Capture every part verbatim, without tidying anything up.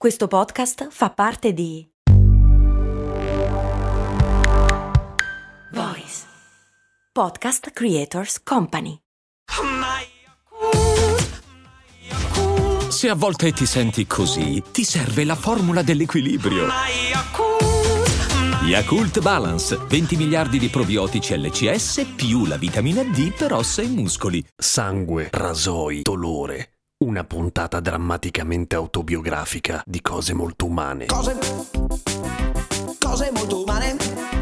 Questo podcast fa parte di Voice Podcast Creators Company. Se a volte ti senti così, ti serve la formula dell'equilibrio. Yakult Balance, venti miliardi di probiotici L C S più la vitamina D per ossa e muscoli. Sangue, rasoi, dolore. Una puntata drammaticamente autobiografica di cose molto umane. Cose, cose molto umane.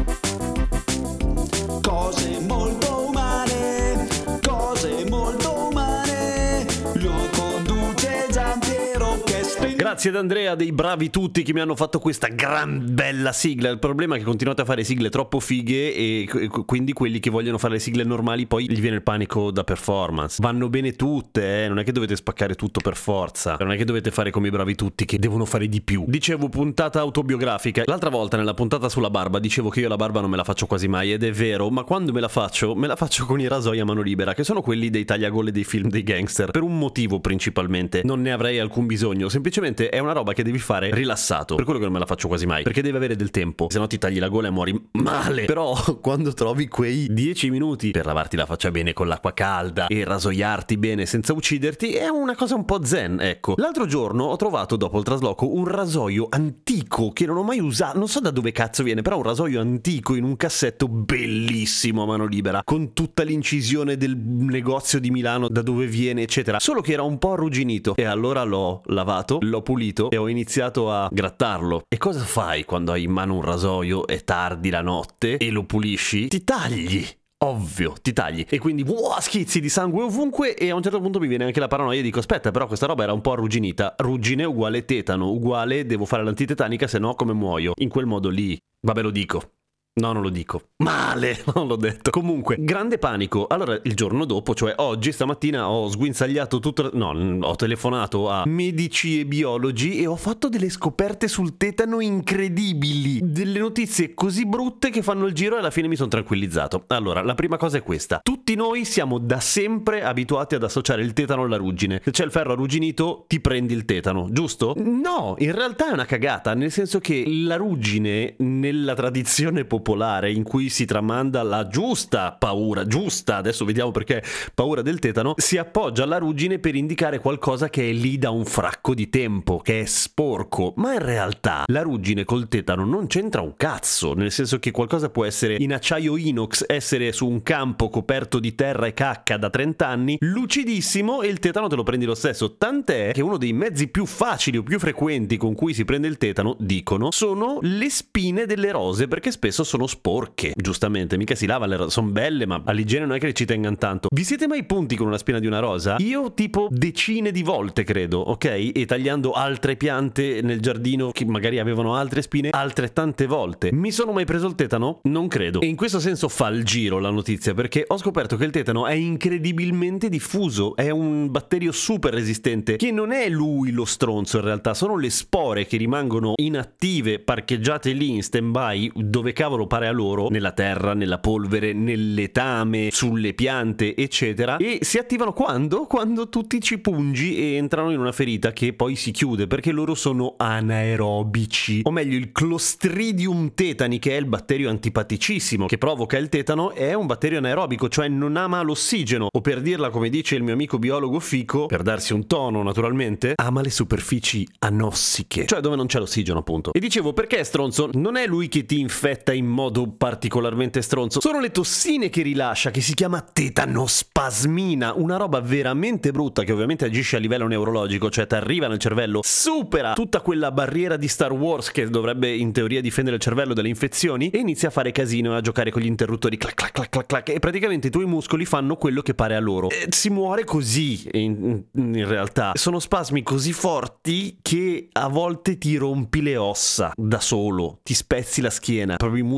Cose molto umane. Cose molto umane. Lo conduce Giampiero che spin- Grazie ad Andrea dei Bravi Tutti che mi hanno fatto questa gran bella sigla. Il problema è che continuate a fare sigle troppo fighe e quindi quelli che vogliono fare le sigle normali poi gli viene il panico da performance. Vanno bene tutte, eh? Non è che dovete spaccare tutto per forza. Non è che dovete fare come i Bravi Tutti che devono fare di più. Dicevo puntata autobiografica. L'altra volta nella puntata sulla barba dicevo che io la barba non me la faccio quasi mai, ed è vero, ma quando me la faccio me la faccio con i rasoi a mano libera, che sono quelli dei tagliagole dei film dei gangster, per un motivo principalmente. Non ne avrei alcun bisogno, semplicemente è una roba che devi fare rilassato. Per quello che non me la faccio quasi mai, perché devi avere del tempo, se no ti tagli la gola e muori male. Però quando trovi quei dieci minuti per lavarti la faccia bene con l'acqua calda e rasoiarti bene senza ucciderti, è una cosa un po' zen, ecco. L'altro giorno ho trovato dopo il trasloco un rasoio antico che non ho mai usato, non so da dove cazzo viene, però un rasoio antico in un cassetto bellissimo a mano libera, con tutta l'incisione del negozio di Milano da dove viene eccetera, solo che era un po' arrugginito. E allora l'ho lavato, l'ho pulito e ho iniziato a grattarlo. E cosa fai quando hai in mano un rasoio, è tardi la notte e lo pulisci? Ti tagli! Ovvio, ti tagli. E quindi wow, schizzi di sangue ovunque. E a un certo punto mi viene anche la paranoia e dico aspetta, però questa roba era un po' arrugginita. Ruggine uguale tetano, uguale devo fare l'antitetanica, se no come muoio? In quel modo lì. Vabbè, lo dico. No, non lo dico. Male, non l'ho detto. Comunque, grande panico. Allora, il giorno dopo, cioè oggi, stamattina, ho sguinzagliato tutto... No, ho telefonato a medici e biologi e ho fatto delle scoperte sul tetano incredibili. Delle notizie così brutte che fanno il giro e alla fine mi sono tranquillizzato. Allora, la prima cosa è questa. Tutti noi siamo da sempre abituati ad associare il tetano alla ruggine. Se c'è il ferro arrugginito, ti prendi il tetano, giusto? No, in realtà è una cagata, nel senso che la ruggine, nella tradizione popolare, in cui si tramanda la giusta paura, giusta, adesso vediamo perché paura del tetano, si appoggia alla ruggine per indicare qualcosa che è lì da un fracco di tempo, che è sporco, ma in realtà la ruggine col tetano non c'entra un cazzo, nel senso che qualcosa può essere in acciaio inox, essere su un campo coperto di terra e cacca da trenta anni, lucidissimo, e il tetano te lo prendi lo stesso, tant'è che uno dei mezzi più facili o più frequenti con cui si prende il tetano, dicono, sono le spine delle rose, perché spesso sono sporche, giustamente, mica si lava le rose, sono belle ma all'igiene non è che ci tengano tanto. Vi siete mai punti con una spina di una rosa? Io tipo decine di volte credo, ok? E tagliando altre piante nel giardino che magari avevano altre spine altrettante volte. Mi sono mai preso il tetano? Non credo. E in questo senso fa il giro la notizia, perché ho scoperto che il tetano è incredibilmente diffuso, è un batterio super resistente, che non è lui lo stronzo in realtà, sono le spore che rimangono inattive, parcheggiate lì in stand-by, dove cavolo pare a loro, nella terra, nella polvere, nel letame, sulle piante eccetera, e si attivano quando? Quando tu ti ci pungi e entrano in una ferita che poi si chiude, perché loro sono anaerobici, o meglio il Clostridium tetani, che è il batterio antipaticissimo che provoca il tetano, è un batterio anaerobico, cioè non ama l'ossigeno, o per dirla come dice il mio amico biologo Fico, per darsi un tono naturalmente, ama le superfici anossiche, cioè dove non c'è l'ossigeno appunto. E dicevo, perché è stronzo? Non è lui che ti infetta in modo particolarmente stronzo, sono le tossine che rilascia, che si chiama tetanospasmina, una roba veramente brutta che ovviamente agisce a livello neurologico, cioè ti arriva nel cervello, supera tutta quella barriera di Star Wars che dovrebbe in teoria difendere il cervello dalle infezioni, e inizia a fare casino e a giocare con gli interruttori clac clac clac clac clac, e praticamente i tuoi muscoli fanno quello che pare a loro, e si muore così in, in realtà. Sono spasmi così forti che a volte ti rompi le ossa da solo, ti spezzi la schiena, proprio i muscoli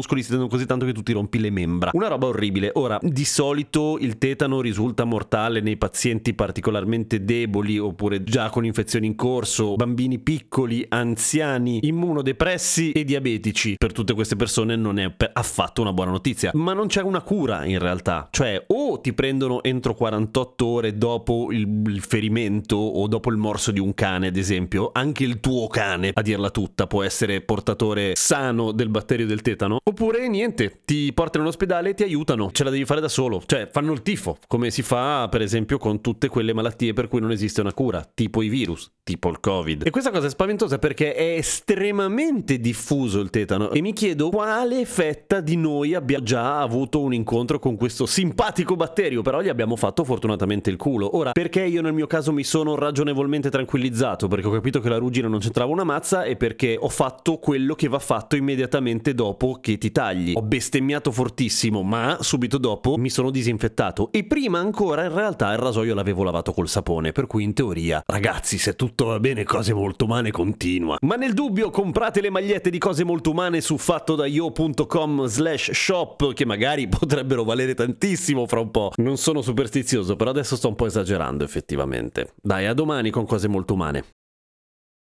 muscoli si tendono così tanto che tu ti rompi le membra. Una roba orribile. Ora, di solito il tetano risulta mortale nei pazienti particolarmente deboli oppure già con infezioni in corso, bambini piccoli, anziani, immunodepressi e diabetici. Per tutte queste persone non è affatto una buona notizia, ma non c'è una cura in realtà. Cioè, o ti prendono entro quarantotto ore dopo il, il ferimento o dopo il morso di un cane, ad esempio. Anche il tuo cane, a dirla tutta, può essere portatore sano del batterio del tetano, oppure niente, ti portano all'ospedale e ti aiutano, ce la devi fare da solo, cioè fanno il tifo, come si fa per esempio con tutte quelle malattie per cui non esiste una cura, tipo i virus, tipo il Covid. E questa cosa è spaventosa perché è estremamente diffuso il tetano e mi chiedo quale fetta di noi abbia già avuto un incontro con questo simpatico batterio, però gli abbiamo fatto fortunatamente il culo. Ora, perché io nel mio caso mi sono ragionevolmente tranquillizzato? Perché ho capito che la ruggine non c'entrava una mazza e perché ho fatto quello che va fatto immediatamente dopo che ti tagli. Ho bestemmiato fortissimo, ma subito dopo mi sono disinfettato e prima ancora in realtà il rasoio l'avevo lavato col sapone, per cui in teoria, ragazzi, se tutto va bene, Cose Molto Umane continua. Ma nel dubbio comprate le magliette di Cose Molto Umane su fattodaio punto com slash shop, che magari potrebbero valere tantissimo fra un po'. Non sono superstizioso, però adesso sto un po' esagerando effettivamente. Dai, a domani con Cose Molto Umane.